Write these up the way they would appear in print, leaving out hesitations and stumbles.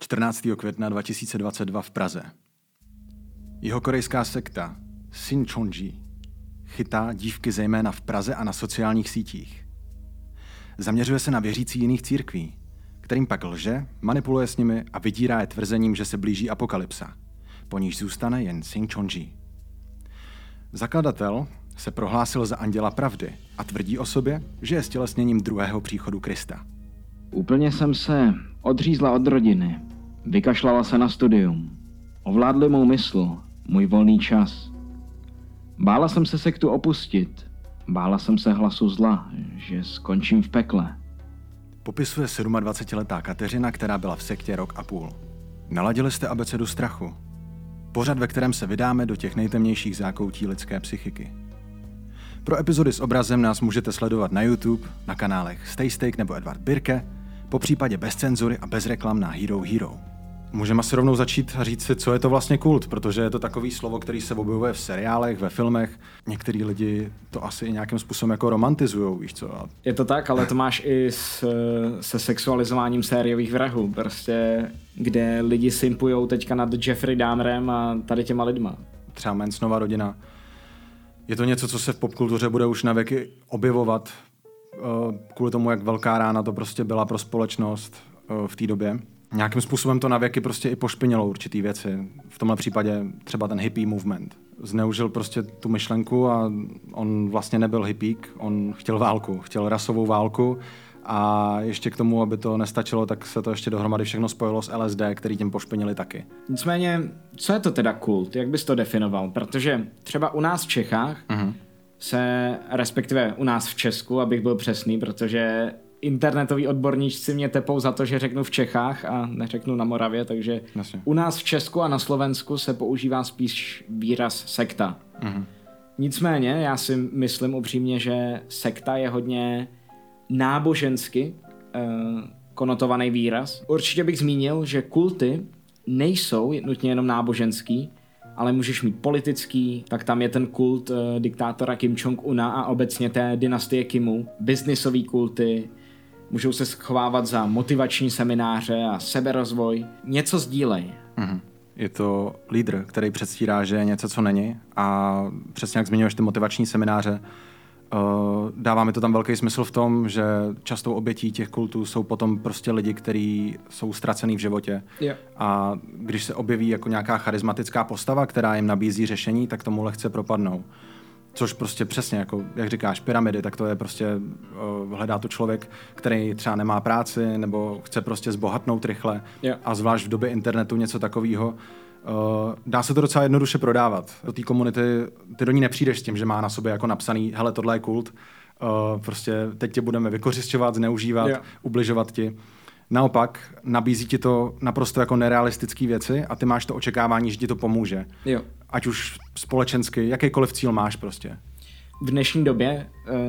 14. května 2022 v Praze. Jihokorejská sekta Sincheonji chytá dívky zejména v Praze a na sociálních sítích. Zaměřuje se na věřící jiných církví, kterým pak lže, manipuluje s nimi a vydírá je tvrzením, že se blíží apokalypsa, po níž zůstane jen Sincheonji. Zakladatel se prohlásil za anděla pravdy a tvrdí o sobě, že je stělesněním druhého příchodu Krista. Úplně jsem se odřízla od rodiny, vykašlala se na studium, ovládli mou mysl, můj volný čas. Bála jsem se sektu opustit, bála jsem se hlasu zla, že skončím v pekle. Popisuje 27letá Kateřina, která byla v sektě rok a půl. Naladili jste abecedu strachu. Pořad, ve kterém se vydáme do těch nejtemnějších zákoutí lidské psychiky. Pro epizody s obrazem nás můžete sledovat na YouTube, na kanálech Stay Steak nebo Edvard Birke, popřípadě bez cenzury a bez reklam na Hero Hero. Můžeme si rovnou začít a říct si, co je to vlastně kult, protože je to takový slovo, který se objevuje v seriálech, ve filmech. Některý lidi to asi nějakým způsobem jako romantizujou, víš co? Je to tak, ale to máš i se sexualizováním sériových vrahů, prostě, kde lidi simpujou teďka nad Jeffrey Dahmerem a tady těma lidma. Třeba Mansonova rodina. Je to něco, co se v popkultuře bude už na věky objevovat, kvůli tomu, jak velká rána to prostě byla pro společnost v té době. Nějakým způsobem to na věky prostě i pošpinilo určitý věci. V tomhle případě třeba ten hippie movement. Zneužil prostě tu myšlenku a on vlastně nebyl hippík, on chtěl válku, chtěl rasovou válku a ještě k tomu, aby to nestačilo, tak se to ještě dohromady všechno spojilo s LSD, který tím pošpinili taky. Nicméně, co je to teda kult? Jak bys to definoval? Protože třeba u nás v Čechách se, respektive u nás v Česku, abych byl přesný, protože internetoví odborníci mě tepou za to, že řeknu v Čechách a neřeknu na Moravě, takže jasně. U nás v Česku a na Slovensku se používá spíš výraz sekta. Nicméně, já si myslím upřímně, že sekta je hodně nábožensky konotovaný výraz. Určitě bych zmínil, že kulty nejsou nutně jenom náboženský, ale můžeš mít politický, tak tam je ten kult diktátora Kim Jong-una a obecně té dynastie Kimů, biznisový kulty, můžou se schovávat za motivační semináře a seberozvoj. Něco sdílej. Je to lídr, který předstírá, že je něco, co není a přesně jak zmiňuješ ty motivační semináře, dává mi to tam velký smysl v tom, že častou obětí těch kultů jsou potom prostě lidi, kteří jsou ztracený v životě. Yeah. A když se objeví jako nějaká charismatická postava, která jim nabízí řešení, tak tomu lehce propadnou. Což prostě přesně, jako jak říkáš, pyramidy, tak to je prostě, hledá to člověk, který třeba nemá práci nebo chce prostě zbohatnout rychle. Yeah. A zvlášť v době internetu něco takového. Dá se to docela jednoduše prodávat. Do té komunity ty do ní nepřijdeš s tím, že má na sobě jako napsaný, hele, tohle je kult, prostě teď tě budeme vykořisťovat, zneužívat, ubližovat ti. Naopak, nabízí ti to naprosto jako nerealistické věci a ty máš to očekávání, že ti to pomůže. Jo. Ať už společensky, jakýkoliv cíl máš prostě. V dnešní době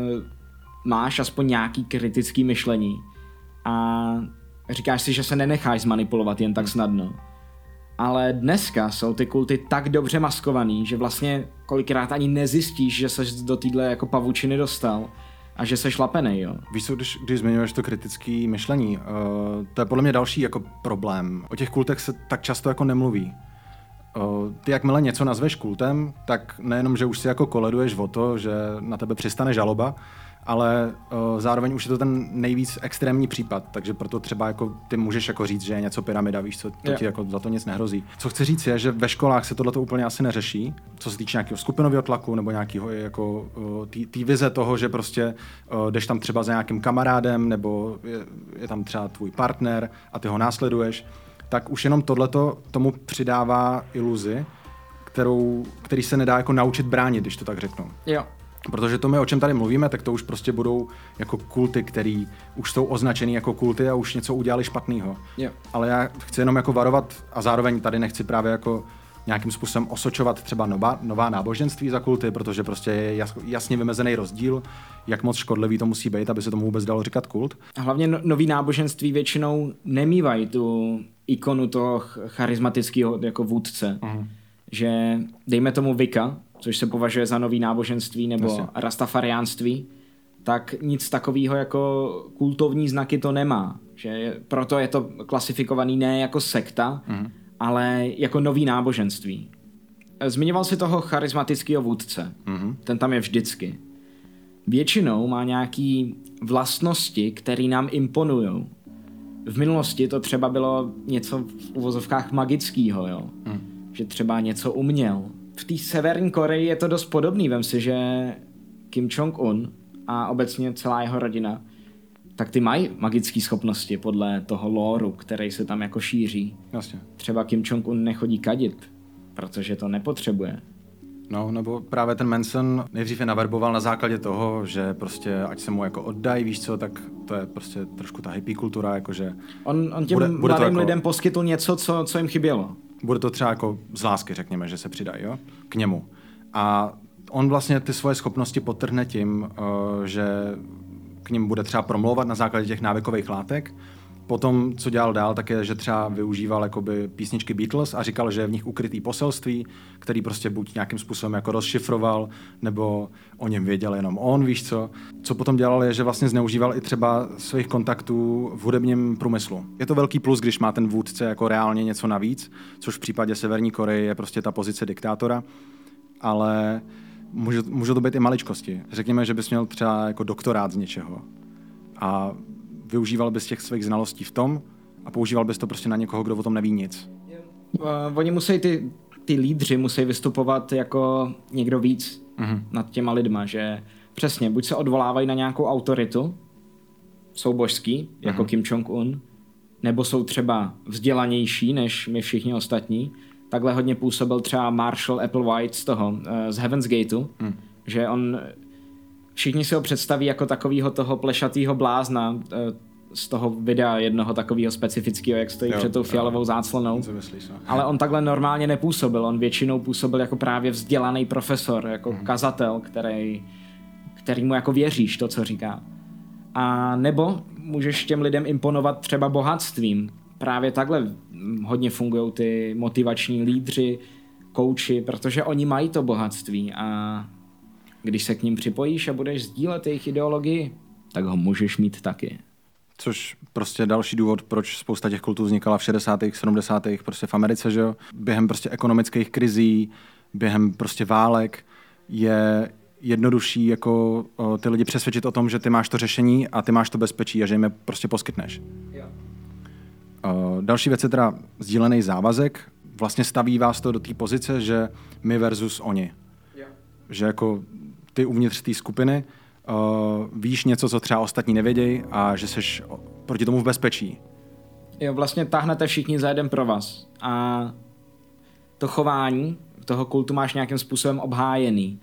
máš aspoň nějaký kritický myšlení a říkáš si, že se nenecháš zmanipulovat jen tak snadno. Ale dneska jsou ty kulty tak dobře maskovaný, že vlastně kolikrát ani nezjistíš, že seš do téhle jako pavučiny dostal a že seš lapenej, jo. Víš co, když zmiňuješ to kritické myšlení, to je podle mě další jako problém. O těch kultech se tak často jako nemluví. Ty jakmile něco nazveš kultem, tak nejenom, že už si jako koleduješ o to, že na tebe přistane žaloba, ale zároveň už je to ten nejvíc extrémní případ, takže proto třeba jako ty můžeš jako říct, že je něco pyramida, víš co, to ti jako za to nic nehrozí. Co chci říct je, že ve školách se tohleto úplně asi neřeší, co se týče nějakého skupinového tlaku nebo nějakého jako té vize toho, že prostě jdeš tam třeba za nějakým kamarádem nebo je tam třeba tvůj partner a ty ho následuješ, tak už jenom tohleto tomu přidává iluzi, který se nedá jako naučit bránit, když to tak řeknu. Jo. Protože to my, o čem tady mluvíme, tak to už prostě budou jako kulty, který už jsou označený jako kulty a už něco udělali špatného. Yeah. Ale já chci jenom jako varovat a zároveň tady nechci právě jako nějakým způsobem osočovat třeba nová náboženství za kulty, protože prostě je jasně vymezený rozdíl, jak moc škodlivý to musí být, aby se tomu vůbec dalo říkat kult. A hlavně nový náboženství většinou nemývají tu ikonu toho charismatického jako vůdce. Že dejme tomu Wicca, což se považuje za nový náboženství, nebo rastafariánství, tak nic takového jako kultovní znaky to nemá. Proto je to klasifikovaný ne jako sekta, ale jako nový náboženství. Zmiňoval si toho charismatického vůdce. Ten tam je vždycky. Většinou má nějaký vlastnosti, které nám imponujou. V minulosti to třeba bylo něco v uvozovkách magického, jo? Že třeba něco uměl. V té Severní Koreji je to dost podobný. Vem si, že Kim Jong-un a obecně celá jeho rodina, tak ty mají magické schopnosti podle toho lóru, který se tam jako šíří. Jasně. Třeba Kim Jong-un nechodí kadit, protože to nepotřebuje. No, nebo právě ten Manson nejdřív je naverboval na základě toho, že prostě ať se mu jako oddají, víš co, tak to je prostě trošku ta hippie kultura, jakože... On těm mladým lidem poskytl něco, co jim chybělo. Bude to třeba jako z lásky, řekněme, že se přidají, jo, k němu. A on vlastně ty svoje schopnosti podtrhne tím, že k ním bude třeba promlouvat na základě těch návykových látek. Potom, co dělal dál, tak je, že třeba využíval jakoby písničky Beatles a říkal, že je v nich ukrytý poselství, který prostě buď nějakým způsobem jako rozšifroval, nebo o něm věděl jenom on, víš co. Co potom dělal je, že vlastně zneužíval i třeba svých kontaktů v hudebním průmyslu. Je to velký plus, když má ten vůdce jako reálně něco navíc, což v případě Severní Koreje je prostě ta pozice diktátora, ale můžou to být i maličkosti. Řekněme, že bys měl třeba jako doktorát z něčeho a využíval bys těch svých znalostí v tom a používal bys to prostě na někoho, kdo o tom neví nic. Oni musí, ty lídři musí vystupovat jako někdo víc nad těma lidma, že přesně, buď se odvolávají na nějakou autoritu, jsou božský, jako Kim Jong-un, nebo jsou třeba vzdělanější než my všichni ostatní. Takhle hodně působil třeba Marshall Applewhite z Heaven's Gateu, že on... Všichni si ho představí jako takového toho plešatýho blázna z toho videa jednoho takového specifického, jak stojí před tou fialovou záclonou. Ale on takhle normálně nepůsobil. On většinou působil jako právě vzdělaný profesor, jako kazatel, který mu jako věříš to, co říká. A nebo můžeš těm lidem imponovat třeba bohatstvím. Právě takhle hodně fungují ty motivační lídři, kouči, protože oni mají to bohatství a když se k ním připojíš a budeš sdílet jejich ideologii, tak ho můžeš mít taky. Což prostě další důvod, proč spousta těch kultů vznikala v 60. 70. prostě v Americe, že jo? Během prostě ekonomických krizí, během prostě válek je jednodušší jako ty lidi přesvědčit o tom, že ty máš to řešení a ty máš to bezpečí a že jim je prostě poskytneš. Jo. Další věc je teda sdílený závazek. Vlastně staví vás to do té pozice, že my versus oni. Jo. Že jako ty uvnitř té skupiny víš něco, co třeba ostatní nevědějí a že seš proti tomu v bezpečí. Jo, vlastně táhnete všichni za jeden pro vás. A to chování toho kultu máš nějakým způsobem obhájený.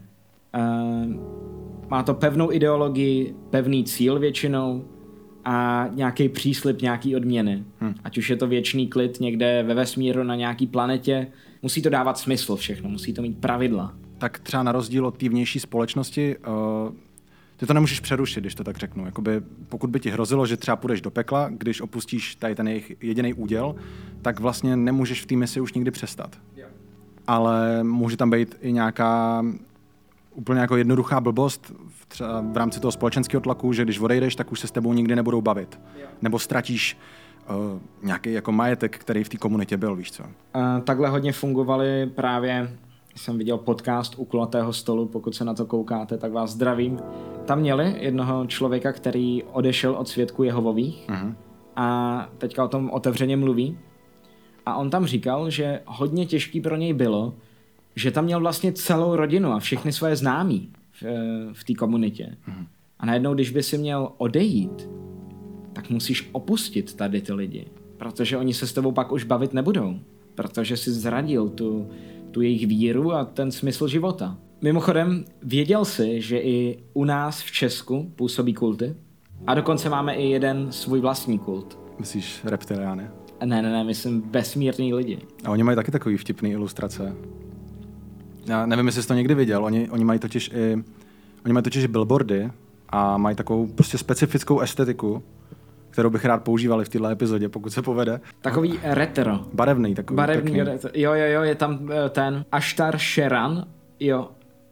Má to pevnou ideologii, pevný cíl většinou a nějaký příslib, nějaký odměny. Ať už je to věčný klid někde ve vesmíru na nějaký planetě, musí to dávat smysl všechno, musí to mít pravidla. Tak třeba na rozdíl od té vnější společnosti, ty to nemůžeš přerušit, když to tak řeknu. Jakoby, pokud by ti hrozilo, že třeba půjdeš do pekla, když opustíš tady ten jejich jediný úděl, tak vlastně nemůžeš v té misi už nikdy přestat. Jo. Ale může tam být i nějaká úplně jako jednoduchá blbost třeba v rámci toho společenského tlaku, že když odejdeš, tak už se s tebou nikdy nebudou bavit. Jo. Nebo ztratíš nějaký jako majetek, který v té komunitě byl, víš co. Takhle hodně fungovaly právě, jsem viděl podcast U kulatého stolu, pokud se na to koukáte, tak vás zdravím. Tam měli jednoho člověka, který odešel od svědků Jehovových a teďka o tom otevřeně mluví. A on tam říkal, že hodně těžký pro něj bylo, že tam měl vlastně celou rodinu a všechny svoje známí v té komunitě. A najednou, když by si měl odejít, tak musíš opustit tady ty lidi, protože oni se s tebou pak už bavit nebudou, protože jsi zradil tu jejich víru a ten smysl života. Mimochodem, věděl jsi, že i u nás v Česku působí kulty? A dokonce máme i jeden svůj vlastní kult. Myslíš reptiliány? Ne, myslím vesmírný lidi. A oni mají taky takový vtipný ilustrace. Já nevím, jestli jsi to někdy viděl. Oni mají totiž i billboardy a mají takovou prostě specifickou estetiku, kterou bych rád používal i v této epizodě, pokud se povede. Takový retro. Barevný takový. Barevný retro. Jo, je tam ten Ashtar Sheran, jo.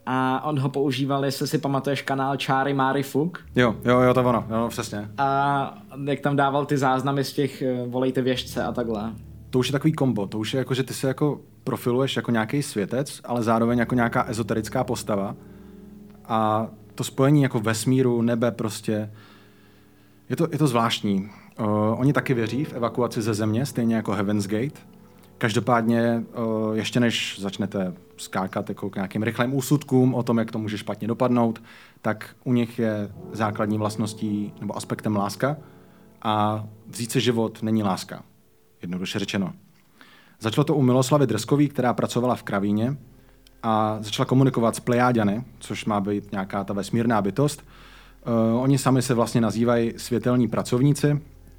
a on ho používal, jestli si pamatuješ kanál Čáry Máry Fuk. Jo, to ono, jo, přesně. A jak tam dával ty záznamy z těch volejte věžce a takhle. To už je takový kombo, to už je jako, že ty se jako profiluješ jako nějaký světec, ale zároveň jako nějaká ezoterická postava a to spojení jako vesmíru, nebe prostě, je to zvláštní. Oni taky věří v evakuaci ze země, stejně jako Heaven's Gate. Každopádně ještě než začnete skákat jako k nějakým rychlým úsudkům o tom, jak to může špatně dopadnout, tak u nich je základní vlastností nebo aspektem láska a vzít si život není láska. Jednoduše řečeno. Začalo to u Miloslavy Drskový, která pracovala v kravíně a začala komunikovat s Plejáďany, což má být nějaká ta vesmírná bytost. Oni sami se vlastně nazývají světelní pracovníci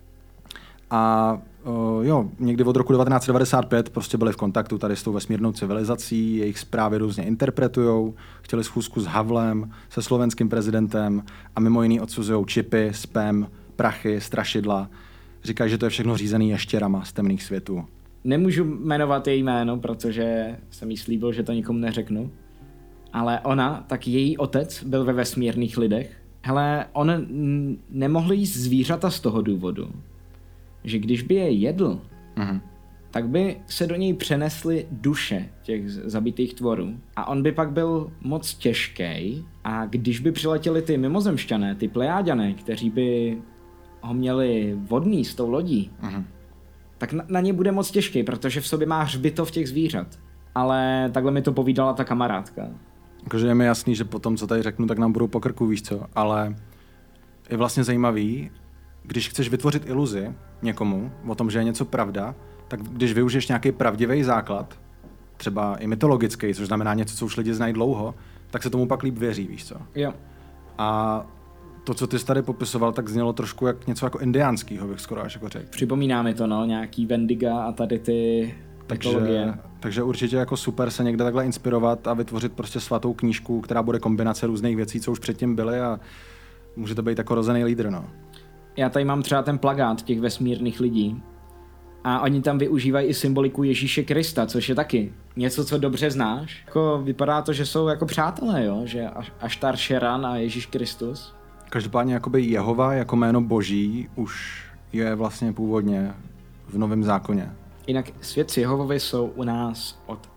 a někdy od roku 1995 prostě byli v kontaktu tady s tou vesmírnou civilizací, jejich zprávy různě interpretujou, chtěli schůzku s Havlem, se slovenským prezidentem a mimo jiný odsuzují čipy, spam, prachy, strašidla. Říkají, že to je všechno řízený ještěrama z temných světů. Nemůžu jmenovat její jméno, protože jsem jí slíbil, že to nikomu neřeknu. Ale ona, tak její otec byl ve vesmírných lidech. Hele, on nemohl jíst zvířata z toho důvodu, že když by je jedl, tak by se do něj přenesly duše těch zabitých tvorů. A on by pak byl moc těžký. A když by přiletěli ty mimozemšťané, ty Plejáďané, kteří by ho měli vodný s tou lodí, tak na ně bude moc těžký, protože v sobě má hřbitov těch zvířat. Ale takhle mi to povídala ta kamarádka. Jakože je mi jasný, že potom, co tady řeknu, tak nám budou po krku, víš co, ale je vlastně zajímavý, když chceš vytvořit iluzi někomu o tom, že je něco pravda, tak když využiješ nějaký pravdivý základ, třeba i mytologický, což znamená něco, co už lidi znají dlouho, tak se tomu pak líp věří, víš co. Jo. A to, co ty jsi tady popisoval, tak znělo trošku jak něco jako indiánskýho, bych skoro až jako řekl. Připomíná mi to, nějaký Wendiga a tady ty mytologie. Takže určitě jako super se někde takhle inspirovat a vytvořit prostě svatou knížku, která bude kombinace různých věcí, co už předtím byly a může to být jako rozený lídr, no. Já tady mám třeba ten plakát těch vesmírných lidí a oni tam využívají i symboliku Ježíše Krista, což je taky něco, co dobře znáš. Jako vypadá to, že jsou jako přátelé, jo? Že Aštar Šeran a Ježíš Kristus. Každopádně jakoby Jehova jako jméno boží už je vlastně původně v Novém zákoně. Jinak svědci Jehovovi jsou u nás od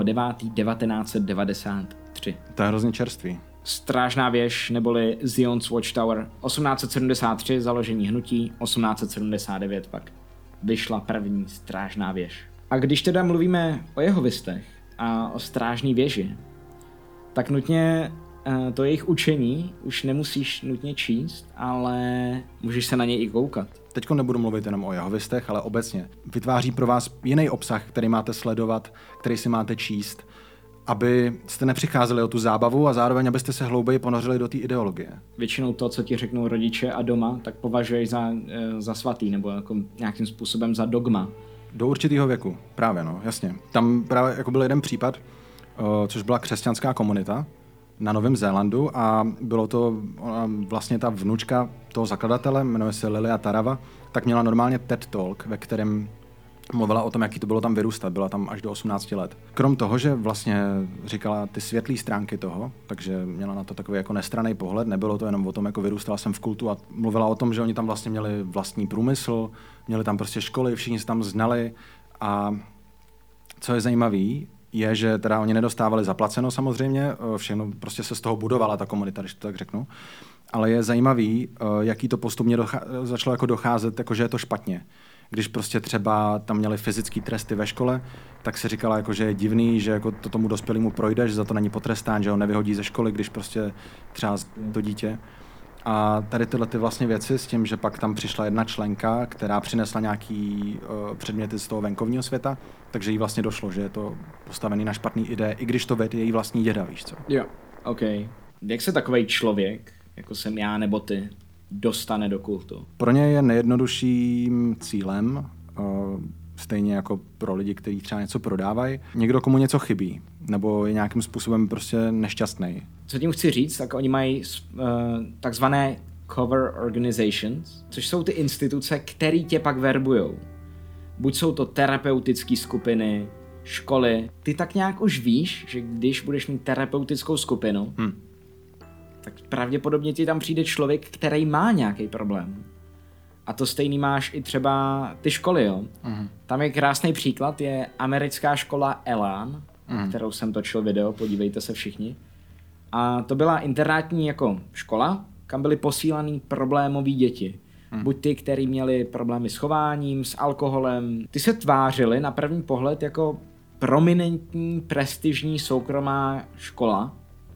1.9.1993. To je hrozně čerstvý. Strážná věž neboli Zion's Watchtower 1873 založení hnutí, 1879 pak vyšla první strážná věž. A když teda mluvíme o jehovistech a o strážní věži, tak nutně to jejich učení už nemusíš nutně číst, ale můžeš se na něj i koukat. Teďko nebudu mluvit jenom o jehovistech, ale obecně. Vytváří pro vás jiný obsah, který máte sledovat, který si máte číst, aby jste nepřicházeli o tu zábavu a zároveň, abyste se hlouběji ponořili do té ideologie. Většinou to, co ti řeknou rodiče a doma, tak považuješ za svatý nebo jako nějakým způsobem za dogma. Do určitého věku, právě, no, jasně. Tam právě jako byl jeden případ, což byla křesťanská komunita na Novém Zélandu a bylo to vlastně ta vnučka toho zakladatele, jmenuje se Lilia Tarava, tak měla normálně TED Talk, ve kterém mluvila o tom, jaký to bylo tam vyrůstat. Byla tam až do 18 let. Krom toho, že vlastně říkala ty světlé stránky toho, takže měla na to takový jako nestranný pohled, nebylo to jenom o tom, jako vyrůstala jsem v kultu a mluvila o tom, že oni tam vlastně měli vlastní průmysl, měli tam prostě školy, všichni se tam znali a co je zajímavý, je, že teda oni nedostávali zaplaceno samozřejmě, všechno prostě se z toho budovala ta komunita, když to tak řeknu, ale je zajímavý, jaký to postupně začalo jako docházet, jako že je to špatně. Když prostě třeba tam měli fyzické tresty ve škole, tak se říkala, jako, že je divný, že jako to tomu dospělému projde, že za to není potrestán, že ho nevyhodí ze školy, když prostě třeba to dítě. A tady tyhle ty vlastně věci s tím, že pak tam přišla jedna členka, která přinesla nějaký předměty z toho venkovního světa, takže jí vlastně došlo, že je to postavený na špatný ideje, i když to vede její vlastní děda, víš co? Jo, OK. Jak se takovej člověk, jako jsem já nebo ty, dostane do kultu? Pro ně je nejjednodušším cílem, stejně jako pro lidi, kteří třeba něco prodávají, někdo, komu něco chybí, nebo je nějakým způsobem prostě nešťastný. Co tím chci říct, tak oni mají takzvané cover organizations, což jsou ty instituce, které tě pak verbujou. Buď jsou to terapeutické skupiny, školy, ty tak nějak už víš, že když budeš mít terapeutickou skupinu, tak pravděpodobně ti tam přijde člověk, který má nějaký problém. A to stejný máš i třeba ty školy, jo. Tam je krásný příklad, je americká škola Elan, kterou jsem točil video, podívejte se všichni. A to byla internátní jako škola, kam byly posílaný problémoví děti. Buď ty, kteří měli problémy s chováním, s alkoholem. Ty se tvářili na první pohled jako prominentní, prestižní, soukromá škola,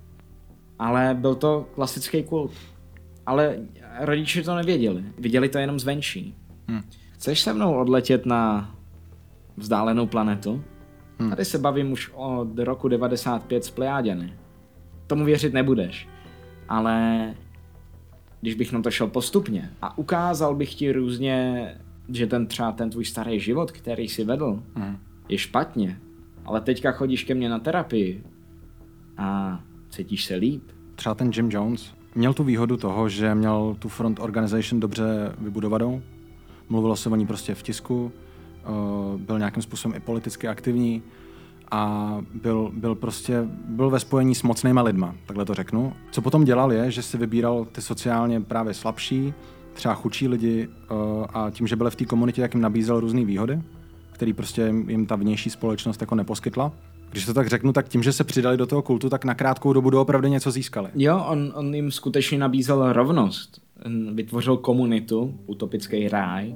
ale byl to klasický kult. Ale rodiče to nevěděli. Viděli to jenom zvenčí. Chceš se mnou odletět na vzdálenou planetu? Tady se bavím už od roku 95 z Plejáďany. Tomu věřit nebudeš. Ale když bych na to šel postupně a ukázal bych ti různě, že třeba ten tvůj starý život, který si vedl, je špatně, ale teďka chodíš ke mně na terapii a cítíš se líp. Třeba ten Jim Jones měl tu výhodu toho, že měl tu front organization dobře vybudovanou, mluvilo se o ní prostě v tisku, byl nějakým způsobem i politicky aktivní a byl ve spojení s mocnýma lidma, takhle to řeknu. Co potom dělal je, že si vybíral ty sociálně právě slabší, třeba chudší lidi a tím, že byli v té komunitě, tak jim nabízel různé výhody, které prostě jim ta vnější společnost jako neposkytla. Když to tak řeknu, tak tím, že se přidali do toho kultu, tak na krátkou dobu doopravdy něco získali. Jo, on jim skutečně nabízel rovnost. Vytvořil komunitu, utopický ráj,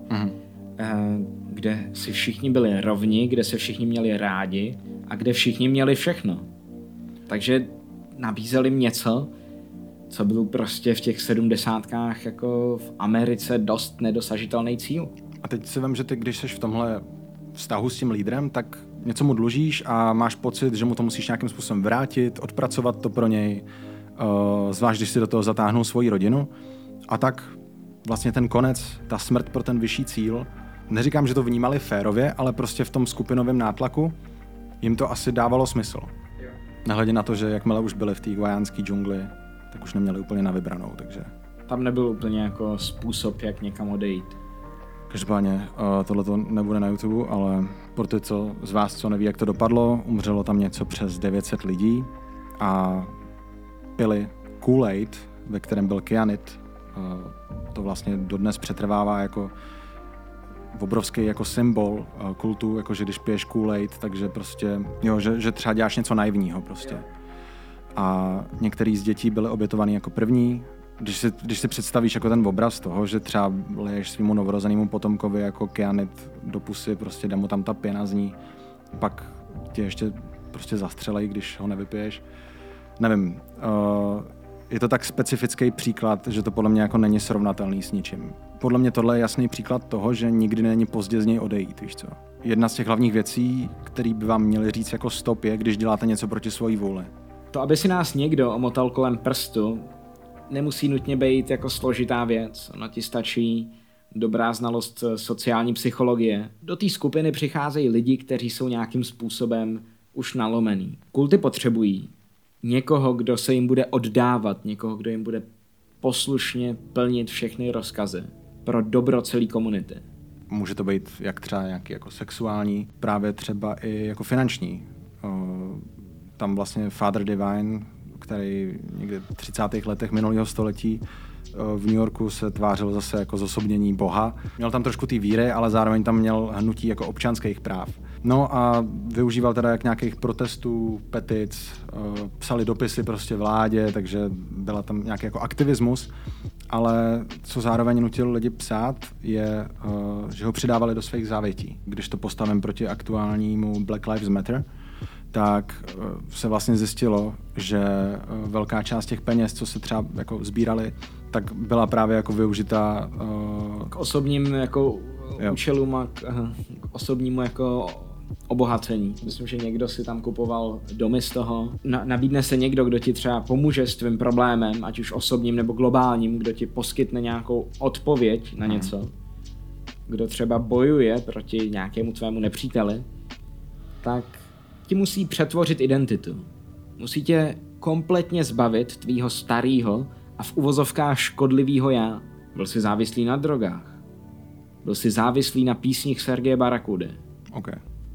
kde si všichni byli rovni, kde se všichni měli rádi a kde všichni měli všechno. Takže nabízeli jim něco, co bylo prostě v těch 70kách jako v Americe dost nedosažitelný cíl. A teď si vem, že ty, když jsi v tomhle vztahu s tím lídrem, tak něco mu dlužíš a máš pocit, že mu to musíš nějakým způsobem vrátit, odpracovat to pro něj, zvlášť když si do toho zatáhnul svoji rodinu. A tak vlastně ten konec, ta smrt pro ten vyšší cíl, neříkám, že to vnímali férově, ale prostě v tom skupinovém nátlaku jim to asi dávalo smysl. Nehledě na to, že jakmile už byli v té guajánské džungli, tak už neměli úplně na vybranou, takže... Tam nebyl úplně jako způsob, jak někam odejít. Každopádně tohle to nebude na YouTube, ale pro ty z vás, co neví, jak to dopadlo, umřelo tam něco přes 900 lidí a pili Kool-Aid, ve kterém byl kyanid. To vlastně dodnes přetrvává jako obrovský jako symbol kultu, jakože když piješ Kool-Aid, takže prostě, jo, že třeba děláš něco naivního prostě. A některý z dětí byly obětovaný jako první. Když si představíš jako ten obraz toho, že třeba leješ svýmu novorozenému potomkovi jako kyanid do pusy, prostě jde mu tam ta pěna z ní, pak tě ještě prostě zastřelej, když ho nevypiješ. Nevím, je to tak specifický příklad, že to podle mě jako není srovnatelný s ničím. Podle mě tohle je jasný příklad toho, že nikdy není pozdě z něj odejít, víš co. Jedna z těch hlavních věcí, které by vám měli říct jako stop, je, když děláte něco proti svojí vůli. To, aby si nás někdo omotal kolem prstu, nemusí nutně být jako složitá věc. Ono ti stačí dobrá znalost sociální psychologie. Do té skupiny přicházejí lidi, kteří jsou nějakým způsobem už nalomený. Kulty potřebují někoho, kdo se jim bude oddávat, někoho, kdo jim bude poslušně plnit všechny rozkazy pro dobro celé komunity. Může to být jak třeba nějaký jako sexuální, právě třeba i jako finanční. Tam vlastně Father Divine, který někde v 30. letech minulého století v New Yorku se tvářil zase jako zosobnění Boha. Měl tam trošku té víry, ale zároveň tam měl hnutí jako občanských práv. No a využíval teda jak nějakých protestů, petic, psali dopisy prostě vládě, takže byla tam nějaký jako aktivismus, ale co zároveň nutil lidi psát, je, že ho přidávali do svých závětí. Když to postavím proti aktuálnímu Black Lives Matter, tak se vlastně zjistilo, že velká část těch peněz, co se třeba jako sbírali, tak byla právě jako využitá k osobním jako účelům a k osobnímu jako obohacení. Myslím, že někdo si tam kupoval domy z toho. Nabídne se někdo, kdo ti třeba pomůže s tvým problémem, ať už osobním nebo globálním, kdo ti poskytne nějakou odpověď na něco, kdo třeba bojuje proti nějakému tvému nepříteli, tak ti musí přetvořit identitu. Musí tě kompletně zbavit tvýho starého a v uvozovkách škodlivého já. Byl jsi závislý na drogách. Byl jsi závislý na písních Sergeje Barakudy. Okay.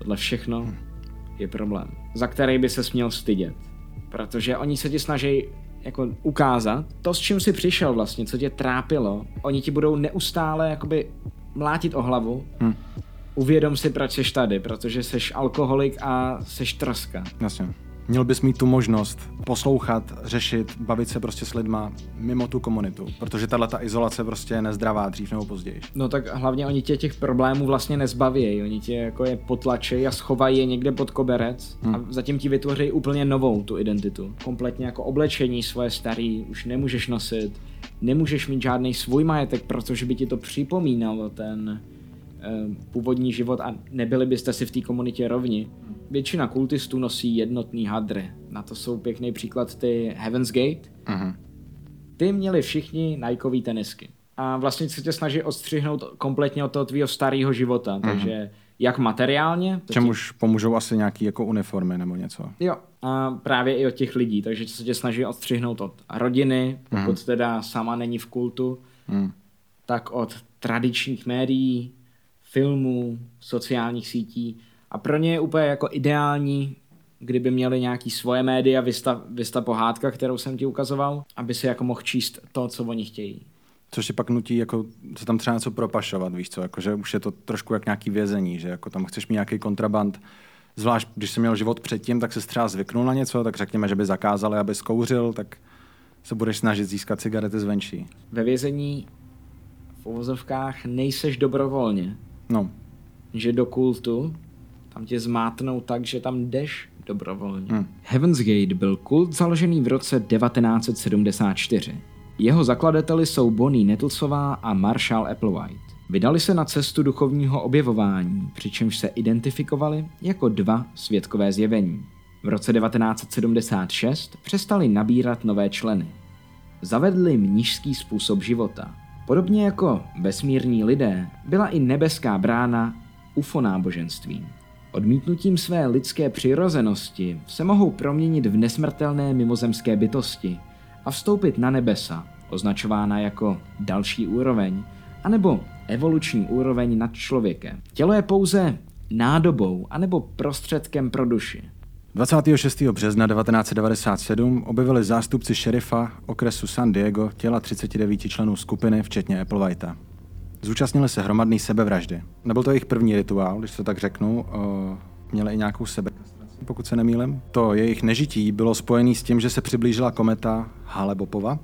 Tohle všechno je problém, za který by se směl stydět. Protože oni se ti snaží jako ukázat to, s čím jsi přišel vlastně, co tě trápilo. Oni ti budou neustále jakoby mlátit o hlavu. Uvědom si, proč jsi tady, protože jsi alkoholik a jsi trska. Jasně. Měl bys mít tu možnost poslouchat, řešit, bavit se prostě s lidma mimo tu komunitu, protože tato izolace prostě je nezdravá dřív nebo později. No tak hlavně oni tě těch problémů vlastně nezbavějí, oni tě jako je potlačí a schovají je někde pod koberec a zatím ti vytvoří úplně novou tu identitu. Kompletně jako oblečení svoje starý už nemůžeš nosit, nemůžeš mít žádný svůj majetek, protože by ti to připomínalo ten původní život a nebyli byste si v té komunitě rovni. Většina kultistů nosí jednotný hadry. Na to jsou pěkný příklad ty Heaven's Gate. Ty měli všichni Nikeový tenisky. A vlastně se tě snaží odstřihnout kompletně od toho tvýho starého života. Takže jak materiálně... Čemuž pomůžou asi nějaký jako uniformy nebo něco. Jo. A právě i od těch lidí. Takže se tě snaží odstřihnout od rodiny, pokud teda sama není v kultu, tak od tradičních médií, filmů, sociálních sítí. A pro ně je úplně jako ideální, kdyby měli nějaký svoje média, vysta pohádka, kterou jsem ti ukazoval, aby si jako mohl číst to, co oni chtějí. Což si pak nutí jako se tam třeba něco propašovat, víš co, jakože už je to trošku jak nějaký vězení, že jako tam chceš mít nějaký kontraband. Zvlášť, když jsi měl život předtím, tak se třeba zvyknul na něco, tak řekněme, že by zakázali, aby zkouřil, tak se budeš snažit získat cigarety zvenčí. Ve vězení v uvozovkách nejseš dobrovolně. No. Že do kultu tam tě zmátnou tak, že tam jdeš dobrovolně. Heaven's Gate byl kult založený v roce 1974. Jeho zakladateli jsou Bonnie Nettlesová a Marshall Applewhite. Vydali se na cestu duchovního objevování, přičemž se identifikovali jako dva světkové zjevení. V roce 1976 přestali nabírat nové členy. Zavedli mnišský způsob života. Podobně jako vesmírní lidé byla i nebeská brána ufonáboženstvím. Odmítnutím své lidské přirozenosti se mohou proměnit v nesmrtelné mimozemské bytosti a vstoupit na nebesa, označována jako další úroveň, anebo evoluční úroveň nad člověkem. Tělo je pouze nádobou anebo prostředkem pro duši. 26. března 1997 objevili zástupci šerifa okresu San Diego těla 39 členů skupiny, včetně Applewhita. Zúčastnili se hromadné sebevraždy. Nebyl to jejich první rituál, když to tak řeknu, měli i nějakou sebekastraci, pokud se nemýlím. To jejich nežití bylo spojené s tím, že se přiblížila kometa Hale-Boppova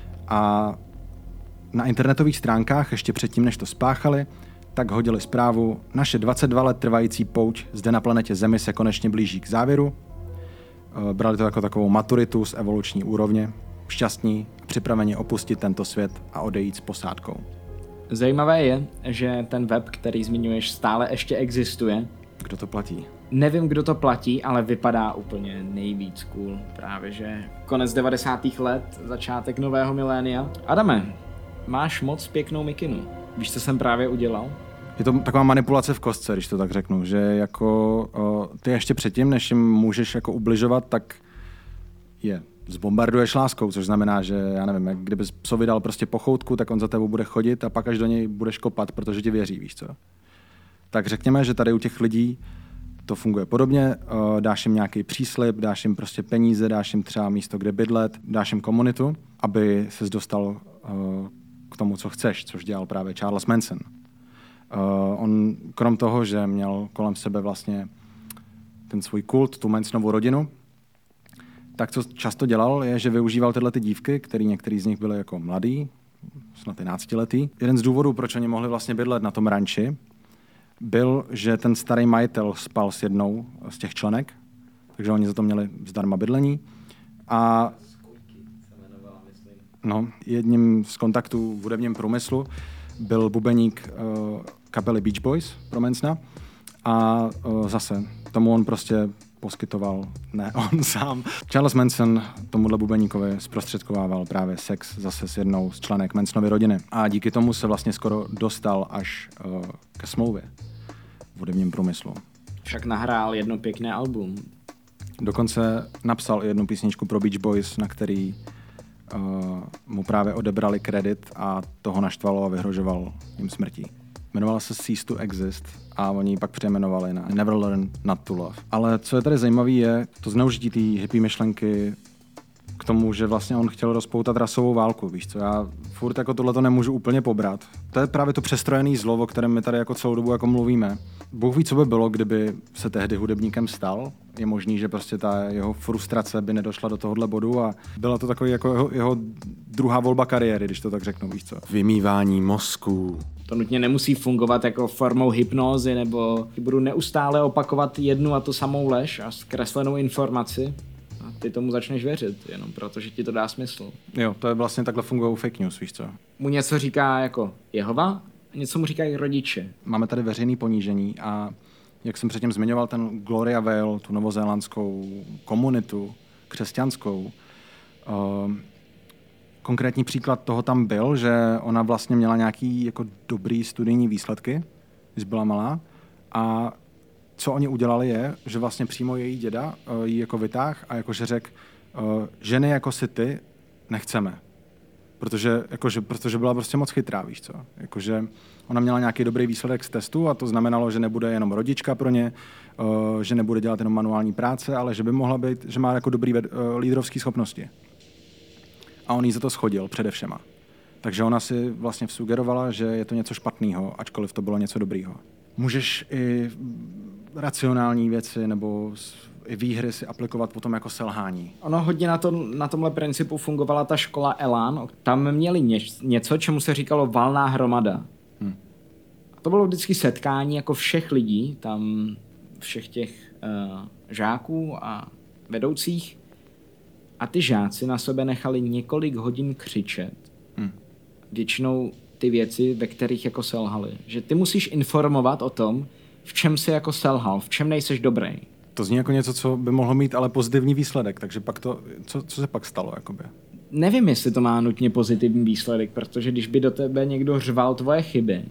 a na internetových stránkách ještě předtím, než to spáchali, tak hodili zprávu: naše 22 let trvající pouť zde na planetě Zemi se konečně blíží k závěru. Brali to jako takovou maturitu z evoluční úrovně, šťastní, připraveni opustit tento svět a odejít s posádkou. Zajímavé je, že ten web, který zmiňuješ, stále ještě existuje. Kdo to platí? Nevím, kdo to platí, ale vypadá úplně nejvíc cool. Právě, že konec 90. let, začátek nového milénia. Adame, máš moc pěknou mikinu. Víš, co jsem právě udělal? Je to taková manipulace v kostce, když to tak řeknu, že jako ty ještě předtím, než jim můžeš jako ubližovat, tak je zbombarduješ láskou, což znamená, že já nevím, jak kdybys psovi dal prostě pochoutku, tak on za tebou bude chodit a pak až do něj budeš kopat, protože ti věří, víš co. Tak řekněme, že tady u těch lidí to funguje podobně, dáš jim nějaký příslib, dáš jim prostě peníze, dáš jim třeba místo, kde bydlet, dáš jim komunitu, aby ses dostal k tomu, co chceš, což dělal právě Charles Manson. On krom toho, že měl kolem sebe vlastně ten svůj kult, tu Mansonovu rodinu, tak co často dělal, je, že využíval tyhle ty dívky, který některý z nich byly jako mladý, snad 11letý. Jeden z důvodů, proč oni mohli vlastně bydlet na tom ranči, byl, že ten starý majitel spal s jednou z těch členek, takže oni za to měli zdarma bydlení. A jedním z kontaktů v hudebním průmyslu byl bubeník kapely Beach Boys pro Mansona a zase tomu on prostě poskytoval, ne on sám. Charles Manson tomuhle bubeníkovi zprostředkovával právě sex zase s jednou z členek Mansonovy rodiny a díky tomu se vlastně skoro dostal až ke smlouvě v hudebním průmyslu. Však nahrál jedno pěkné album. Dokonce napsal i jednu písničku pro Beach Boys, na který mu právě odebrali kredit a toho naštvalo a vyhrožoval jim smrtí. Jmenovala se Cease to Exist a oni ji pak přejmenovali na Never Learn Not to Love. Ale co je tady zajímavé, je to zneužití té hippie myšlenky k tomu, že vlastně on chtěl rozpoutat rasovou válku, víš co, já furt jako tohleto nemůžu úplně pobrat. To je právě to přestrojený zlo, o kterém my tady jako celou dobu jako mluvíme. Bůh ví, co by bylo, kdyby se tehdy hudebníkem stal. Je možný, že prostě ta jeho frustrace by nedošla do tohohle bodu a byla to takový jako jeho druhá volba kariéry, když to tak řeknu, víš co. Vymývání mozku. To nutně nemusí fungovat jako formou hypnózy, nebo budu neustále opakovat jednu a tu samou lež a zkreslenou informaci a ty tomu začneš věřit, jenom protože ti to dá smysl. Jo, to je vlastně takhle fungují fake news, víš co. Mu něco říká jako Jehova, a něco mu říkají rodiče. Máme tady veřejný ponížení a jak jsem předtím zmiňoval ten Gloria Vale, tu novozélandskou komunitu křesťanskou, konkrétní příklad toho tam byl, že ona vlastně měla nějaký jako dobrý studijní výsledky, když byla malá a co oni udělali je, že vlastně přímo její děda jí jako vytáh a jakože řekl, ženy jako si ty nechceme. Protože byla prostě moc chytrá, víš co. Jakože ona měla nějaký dobrý výsledek z testu a to znamenalo, že nebude jenom rodička pro ně, že nebude dělat jenom manuální práce, ale že by mohla být, že má jako dobrý lídrovský schopnosti. A on jí za to schodil přede všema. Takže ona si vlastně vsugerovala, že je to něco špatného, ačkoliv to bylo něco dobrýho. Můžeš i racionální věci nebo i výhry si aplikovat potom jako selhání. Ono hodně na tomhle principu fungovala ta škola Elan. Tam měli něco, čemu se říkalo valná hromada. A to bylo vždycky setkání jako všech lidí, tam všech těch žáků a vedoucích. A ty žáci na sebe nechali několik hodin křičet. Většinou ty věci, ve kterých jako selhali. Že ty musíš informovat o tom, v čem jsi jako selhal, v čem nejseš dobrý. To zní jako něco, co by mohlo mít ale pozitivní výsledek, takže pak to, co se pak stalo? Jakoby? Nevím, jestli to má nutně pozitivní výsledek, protože když by do tebe někdo řval tvoje chyby,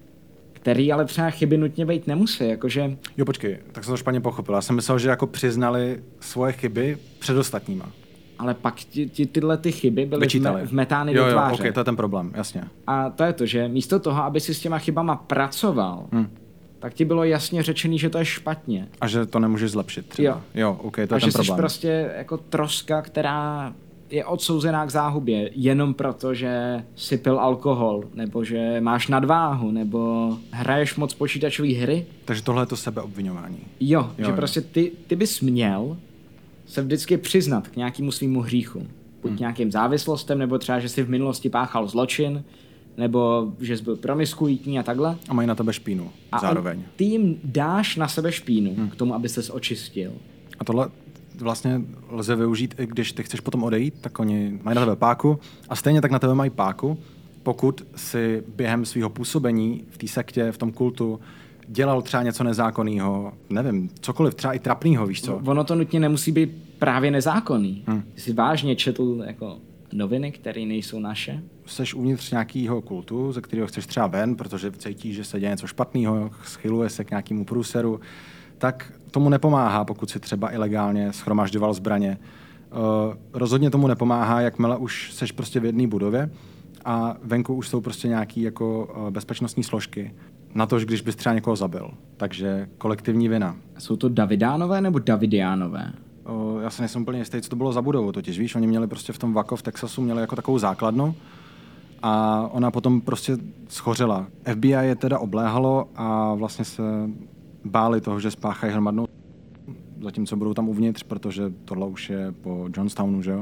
který ale třeba chyby nutně být nemusí, jakože... Jo, počkej, tak jsem to špatně pochopil. Já jsem myslel, že jako přiznali svoje chyby před ostatníma. Ale pak tyhle ty chyby byly vmetány do tváře. Jo, ok, to je ten problém, jasně. A to je to, že místo toho, aby si s těma chybama pracoval, tak ti bylo jasně řečený, že to je špatně. A že to nemůžeš zlepšit třeba. Jo, ok, to je ten problém. A že jsi prostě jako troska, která je odsouzená k záhubě jenom proto, že si pil alkohol, nebo že máš nadváhu, nebo hraješ moc počítačové hry. Takže tohle je to sebeobviňování. Jo, že prostě ty bys měl se vždycky přiznat k nějakému svýmu hříchu. Buď nějakým závislostem, nebo třeba, že jsi v minulosti páchal zločin, nebo že jsi byl promiskuitní a takhle. A mají na tebe špínu zároveň. A ty jim dáš na sebe špínu k tomu, aby ses očistil. A tohle vlastně lze využít, i když ty chceš potom odejít, tak oni mají na tebe páku a stejně tak na tebe mají páku, pokud si během svého působení v té sektě, v tom kultu, dělal třeba něco nezákonného, nevím, cokoliv, třeba i trapného, víš co? Ono to nutně nemusí být právě nezákonný. Ty jsi vážně četl jako noviny, které nejsou naše? Seš uvnitř nějakého kultu, ze kterého chceš třeba ven, protože cítíš, že se děje něco špatného, schyluje se k nějakému průseru, tak tomu nepomáhá, pokud si třeba ilegálně shromažďoval zbraně. Rozhodně tomu nepomáhá, jakmile už seš prostě v jedné budově a venku už jsou prostě nějaké jako bezpečnostní složky. Na to, když bys třeba někoho zabil. Takže kolektivní vina. Jsou to Davidánové nebo Davidiánové? Já se nejsem úplně jistý, co to bylo za budovu totiž, víš, oni měli prostě v tom Waco v Texasu měli jako takovou základnu a ona potom prostě schořela. FBI je teda obléhalo a vlastně se báli toho, že spáchají hromadnou, zatímco budou tam uvnitř, protože tohle už je po Johnstownu, že jo.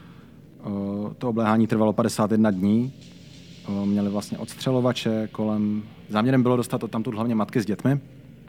To obléhání trvalo 51 dní, měli vlastně odstřelovače kolem, záměrem bylo dostat odtamtud hlavně matky s dětmi.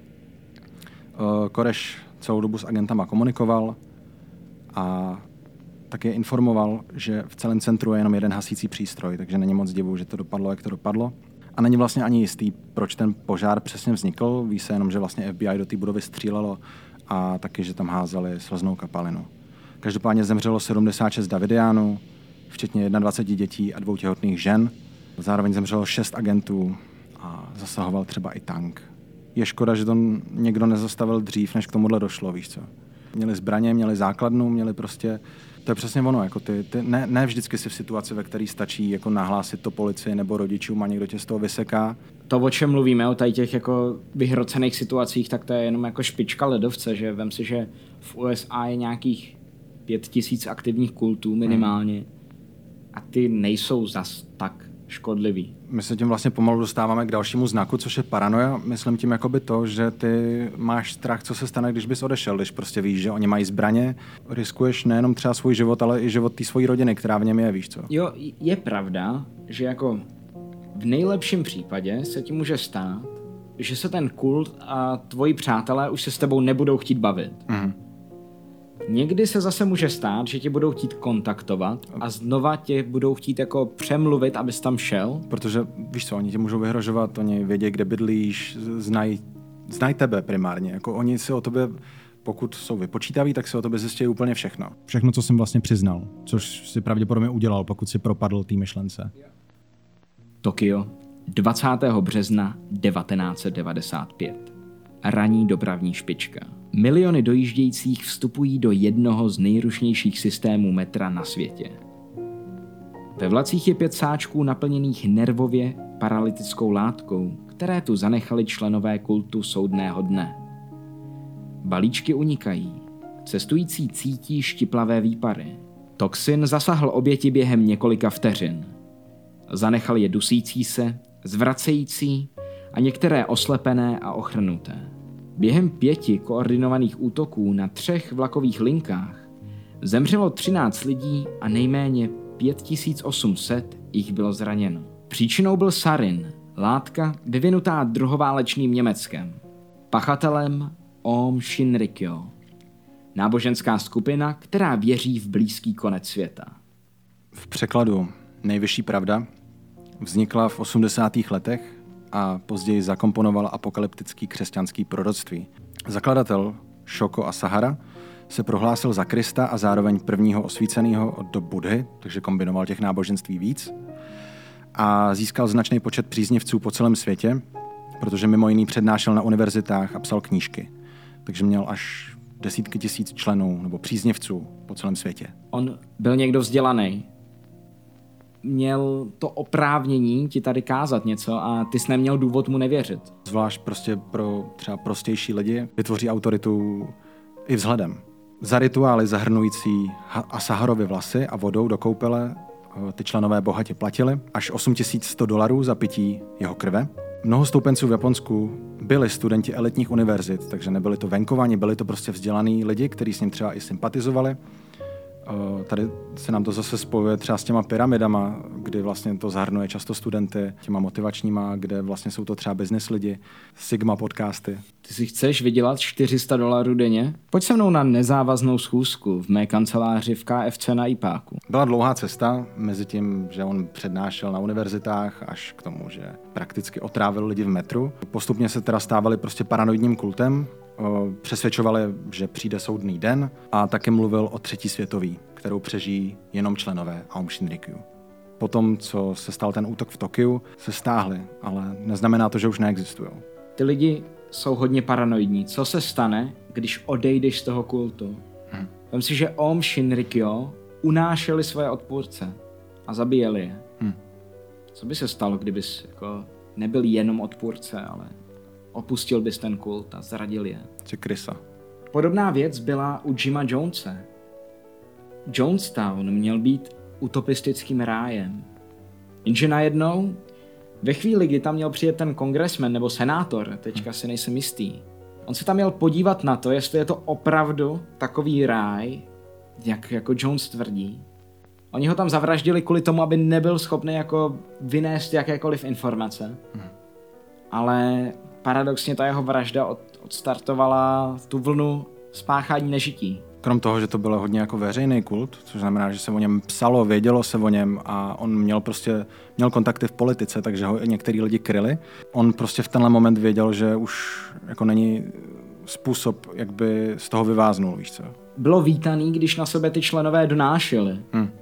Koreš celou dobu s agentama komunikoval a také informoval, že v celém centru je jenom jeden hasící přístroj, takže není moc divu, že to dopadlo, jak to dopadlo. A není vlastně ani jistý, proč ten požár přesně vznikl. Ví se jenom, že vlastně FBI do té budovy střílelo a taky, že tam házeli slznou kapalinu. Každopádně zemřelo 76 Davidiánů, včetně 21 dětí a 2 těhotných žen. Zároveň zemřelo 6 agentů a zasahoval třeba i tank. Je škoda, že to někdo nezastavil dřív, než k tomuhle došlo, víš co. Měli zbraně, měli základnu, měli prostě... To je přesně ono, jako ne vždycky si v situaci, ve které stačí jako nahlásit to policii nebo rodičům a někdo tě z toho vyseká. to, o čem mluvíme, o tady těch jako vyhrocených situacích, tak to je jenom jako špička ledovce, že vem si, že v USA je nějakých 5000 aktivních kultů minimálně a ty nejsou zas tak škodlivý. My se tím vlastně pomalu dostáváme k dalšímu znaku, což je paranoia. Myslím tím jakoby to, že ty máš strach, co se stane, když bys odešel, když prostě víš, že oni mají zbraně, riskuješ nejenom třeba svůj život, ale i život té svojí rodiny, která v něm je, víš co? Jo, je pravda, že jako v nejlepším případě se ti může stát, že se ten kult a tvoji přátelé už se s tebou nebudou chtít bavit. Někdy se zase může stát, že tě budou chtít kontaktovat a znova tě budou chtít jako přemluvit, abys tam šel. Protože víš co, oni tě můžou vyhrožovat, oni vědí, kde bydlíš, znají tebe primárně. Jako oni si o tobě, pokud jsou vypočítaví, tak si o tobě zjistí úplně všechno. Všechno, co jsem vlastně přiznal, což si pravděpodobně udělal, pokud si propadl té myšlence. Tokio, 20. března 1995. Ranní dopravní špička. Miliony dojíždějících vstupují do jednoho z nejrušnějších systémů metra na světě. Ve vlacích je 5 sáčků naplněných nervově paralytickou látkou, které tu zanechali členové kultu soudného dne. Balíčky unikají. Cestující cítí štiplavé výpary. Toxin zasahl oběti během několika vteřin. Zanechal je dusící se, zvracející a některé oslepené a ochrnuté. Během 5 koordinovaných útoků na 3 vlakových linkách zemřelo 13 lidí a nejméně 5800 jich bylo zraněno. Příčinou byl sarin, látka vyvinutá druhoválečným Německem. Pachatelem Aum Shinrikyo, náboženská skupina, která věří v blízký konec světa. V překladu Nejvyšší pravda vznikla v 80. letech a později zakomponoval apokalyptický křesťanský proroctví. Zakladatel Shoko Asahara se prohlásil za Krista a zároveň prvního osvíceného od dob Budhy, takže kombinoval těch náboženství víc a získal značný počet příznivců po celém světě, protože mimo jiný přednášel na univerzitách a psal knížky. Takže měl až desítky tisíc členů nebo příznivců po celém světě. On byl někdo vzdělaný. Měl to oprávnění ti tady kázat něco a ty jsi neměl důvod mu nevěřit. Zvlášť prostě pro třeba prostější lidi vytvoří autoritu i vzhledem. Za rituály zahrnující Asaharovy vlasy a vodou do koupele ty členové bohatě platili až $8100 za pití jeho krve. Mnoho stoupenců v Japonsku byli studenti elitních univerzit, takže nebyli to venkovani, byli to prostě vzdělaný lidi, kteří s ním třeba i sympatizovali. Tady se nám to zase spojuje třeba s těma pyramidama, kdy vlastně to zahrnuje často studenty, těma motivačníma, kde vlastně jsou to třeba business lidi, Sigma podcasty. Ty si chceš vydělat $400 denně? Pojď se mnou na nezávaznou schůzku v mé kanceláři v KFC na Ipáku. Byla dlouhá cesta mezi tím, že on přednášel na univerzitách, až k tomu, že prakticky otrávil lidi v metru. Postupně se teda stávali prostě paranoidním kultem, přesvědčovali, že přijde soudný den a taky mluvil o 3. světové, kterou přežijí jenom členové Aum Shinrikyo. Potom, co se stal ten útok v Tokiu, se stáhli, ale neznamená to, že už neexistují. Ty lidi jsou hodně paranoidní. Co se stane, když odejdeš z toho kultu? Vem si, že Aum Shinrikyo unášeli svoje odpůrce a zabíjeli je. Co by se stalo, kdybys jako nebyl jenom odpůrce, ale opustil bys ten kult a zradil je? Či krysa. Podobná věc byla u Jima Jonese. Jonestown měl být utopistickým rájem. Jenže najednou, ve chvíli, kdy tam měl přijet ten kongresmen nebo senátor, teďka si nejsem jistý, on se tam měl podívat na to, jestli je to opravdu takový ráj, jak jako Jones tvrdí. Oni ho tam zavraždili kvůli tomu, aby nebyl schopný jako vynést jakékoliv informace. Ale paradoxně ta jeho vražda odstartovala tu vlnu spáchání nežití. Krom toho, že to bylo hodně jako veřejný kult, což znamená, že se o něm psalo, vědělo se o něm a on měl kontakty v politice, takže ho některý lidi kryli. On prostě v tenhle moment věděl, že už jako není způsob, jak by z toho vyváznul, víš co. Bylo vítaný, když na sebe ty členové donášeli.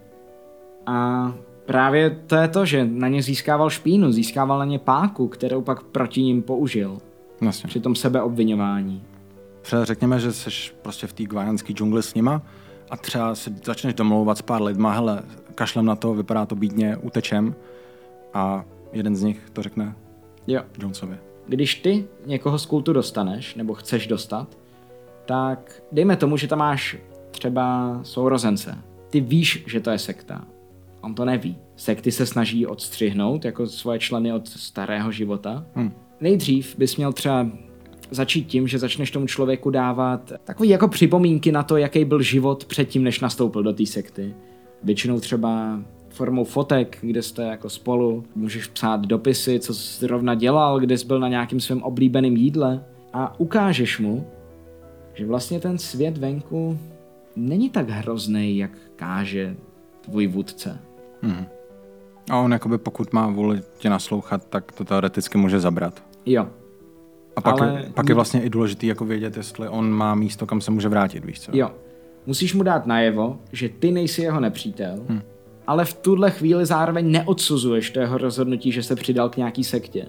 A právě to je to, že na ně získával špínu, získával na ně páku, kterou pak proti ním použil. Vlastně. Při tom sebeobviňování. Třeba řekněme, že jsi prostě v té guyanské džungli s nima a třeba se začneš domlouvat s pár lidma, hele, kašlem na to, vypadá to bídně, utečem a jeden z nich to řekne, Jo. Jonesovi. Když ty někoho z kultu dostaneš, nebo chceš dostat, tak dejme tomu, že tam máš třeba sourozence. Ty víš, že to je sekta. On to neví. Sekty se snaží odstřihnout jako svoje členy od starého života. Nejdřív bys měl třeba začít tím, že začneš tomu člověku dávat takový jako připomínky na to, jaký byl život předtím, než nastoupil do té sekty. Většinou třeba formou fotek, kde jste jako spolu, můžeš psát dopisy, co jsi zrovna dělal, kde jsi byl na nějakým svém oblíbeném jídle a ukážeš mu, že vlastně ten svět venku není tak hrozný, jak káže tvůj vůdce. A on jakoby pokud má vůli tě naslouchat, tak to teoreticky může zabrat. Jo. A pak je vlastně i důležitý jako vědět, jestli on má místo, kam se může vrátit, víš co? Jo. Musíš mu dát najevo, že ty nejsi jeho nepřítel, ale v tuhle chvíli zároveň neodsuzuješ to jeho rozhodnutí, že se přidal k nějaký sektě.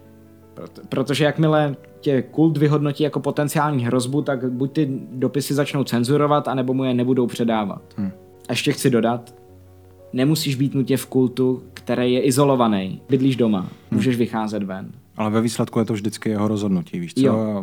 Protože jakmile tě kult vyhodnotí jako potenciální hrozbu, tak buď ty dopisy začnou cenzurovat, anebo mu je nebudou předávat. A ještě chci dodat, nemusíš být nutně v kultu, který je izolovaný. Bydlíš doma, můžeš vycházet ven. Ale ve výsledku je to vždycky jeho rozhodnutí, víš co? Jo.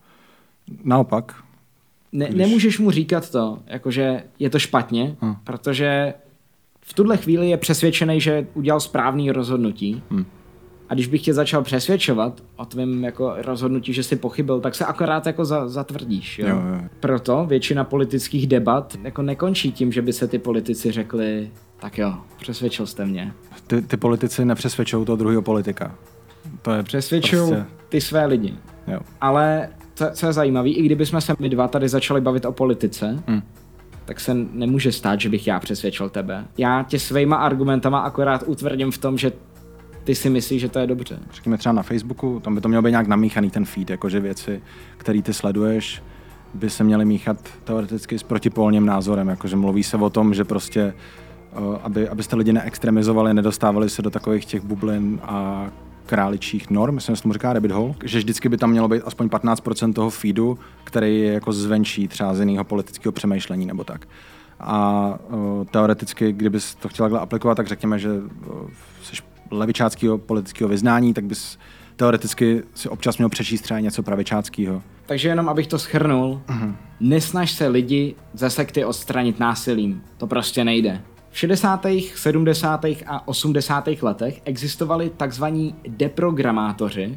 Naopak. Nemůžeš mu říkat to, jakože je to špatně, protože v tuhle chvíli je přesvědčený, že udělal správný rozhodnutí. A když bych tě začal přesvědčovat o tvém jako rozhodnutí, že jsi pochybil, tak se akorát jako zatvrdíš. Jo? Jo. Proto většina politických debat jako nekončí tím, že by se ty politici řekli, tak jo, přesvědčil jste mě. Ty politici nepřesvědčují toho druhého politika. To je přesvědčují prostě... ty své lidi. Jo. Ale co je zajímavé, i kdybychom se my dva tady začali bavit o politice, tak se nemůže stát, že bych já přesvědčil tebe. Já tě svýma argumentama akorát utvrdím v tom, že ty si myslíš, že to je dobře. Řekněme třeba na Facebooku, tam by to mělo být nějak namíchaný ten feed, jakože věci, které ty sleduješ, by se měly míchat teoreticky s protipolním názorem, jakože mluví se o tom, že prostě, abyste lidi neextremizovali, nedostávali se do takových těch bublin a králičích norm, myslím, že se tomu říká rabbit hole, že vždycky by tam mělo být aspoň 15% toho feedu, který je jako zvenčí třeba z jiného politického přemýšlení nebo tak. A teoreticky, kdybys to chtěla aplikovat, tak řekněme, že jsi levičáckého politického vyznání, tak bys teoreticky si občas měl přečíst třeba něco pravičáckého. Takže jenom abych to shrnul, nesnaž se lidi ze sekty odstranit násilím. To prostě nejde. V 60., 70. a 80. letech existovali takzvaní deprogramátoři,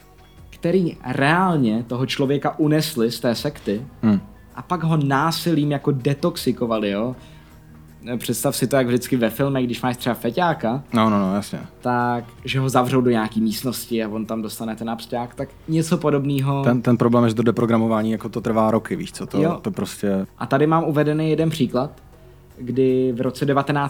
který reálně toho člověka unesli z té sekty a pak ho násilím jako detoxikovali, jo. Představ si to, jak vždycky ve filmech, když máš třeba feťáka, No, jasně. tak, že ho zavřou do nějaký místnosti a on tam dostane ten absťák, tak něco podobného. Ten problém je, že to deprogramování jako to trvá roky, víš co, to prostě... A tady mám uvedený jeden příklad, kdy v roce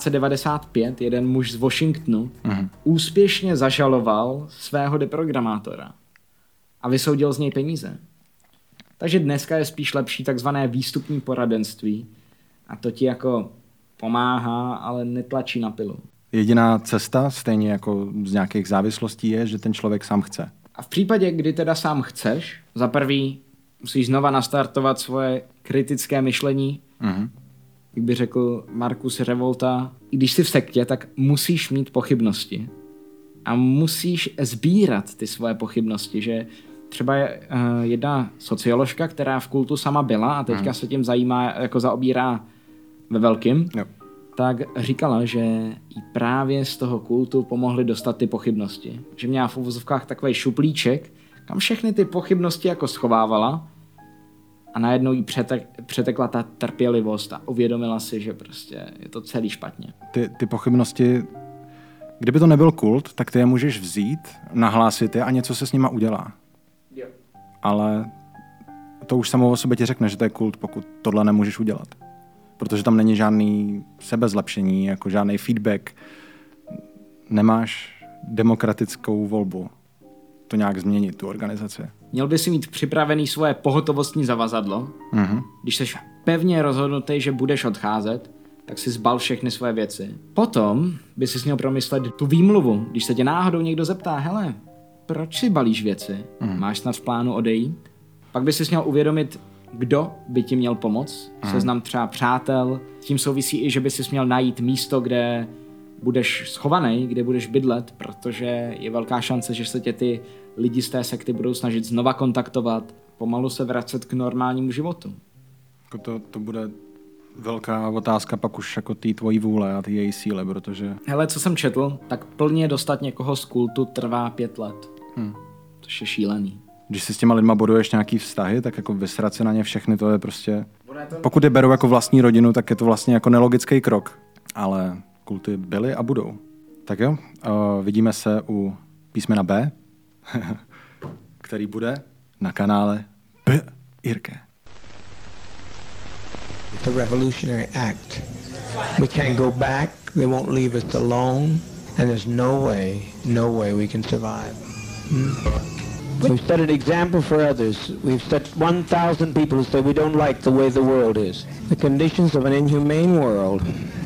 1995 jeden muž z Washingtonu úspěšně zažaloval svého deprogramátora a vysoudil z něj peníze. Takže dneska je spíš lepší takzvané výstupní poradenství a to ti jako pomáhá, ale netlačí na pilu. Jediná cesta, stejně jako z nějakých závislostí, je, že ten člověk sám chce. A v případě, kdy teda sám chceš, za prvý musíš znova nastartovat svoje kritické myšlení, jak by řekl Marcus Revolta, i když jsi v sektě, tak musíš mít pochybnosti. A musíš sbírat ty svoje pochybnosti, že třeba je jedna socioložka, která v kultu sama byla a teďka se tím zaobírá ve velkým, tak říkala, že jí právě z toho kultu pomohly dostat ty pochybnosti. Že měla v uvozovkách takovej šuplíček, kam všechny ty pochybnosti jako schovávala a najednou jí přetekla ta trpělivost a uvědomila si, že prostě je to celý špatně. Ty pochybnosti, kdyby to nebyl kult, tak ty je můžeš vzít, nahlásit je a něco se s nima udělá. Jo. Ale to už samo o sobě ti řekne, že to je kult, pokud tohle nemůžeš udělat. Protože tam není žádný sebezlepšení, jako žádný feedback. Nemáš demokratickou volbu to nějak změnit, tu organizaci. Měl by si mít připravený svoje pohotovostní zavazadlo. Když jsi pevně rozhodnutý, že budeš odcházet, tak si zbal všechny svoje věci. Potom by si měl promyslet tu výmluvu, když se tě náhodou někdo zeptá, hele, proč si balíš věci? Máš snad v plánu odejít? Pak by si měl uvědomit, kdo by ti měl pomoct, seznam třeba přátel. S tím souvisí i, že by si měl najít místo, kde budeš schovaný, kde budeš bydlet, protože je velká šance, že se tě ty lidi z té sekty budou snažit znova kontaktovat, pomalu se vracet k normálnímu životu. To bude velká otázka pak už jako té tvojí vůle a té její síle, protože... Hele, co jsem četl, tak plně dostat někoho z kultu trvá 5 let. To je šílený. Když si s těma lidma buduješ nějaký vztahy, tak jako vysrat se na ně všechny, to je prostě... Pokud je berou jako vlastní rodinu, tak je to vlastně jako nelogický krok. Ale kulty byly a budou. Tak jo, vidíme se u písmena B, který bude na kanále B. Irke. It's a revolutionary act. We can't go back, they won't leave us alone, and there's no way we can survive. We've set an example for others. We've set 1,000 people who say we don't like the way the world is. The conditions of an inhumane world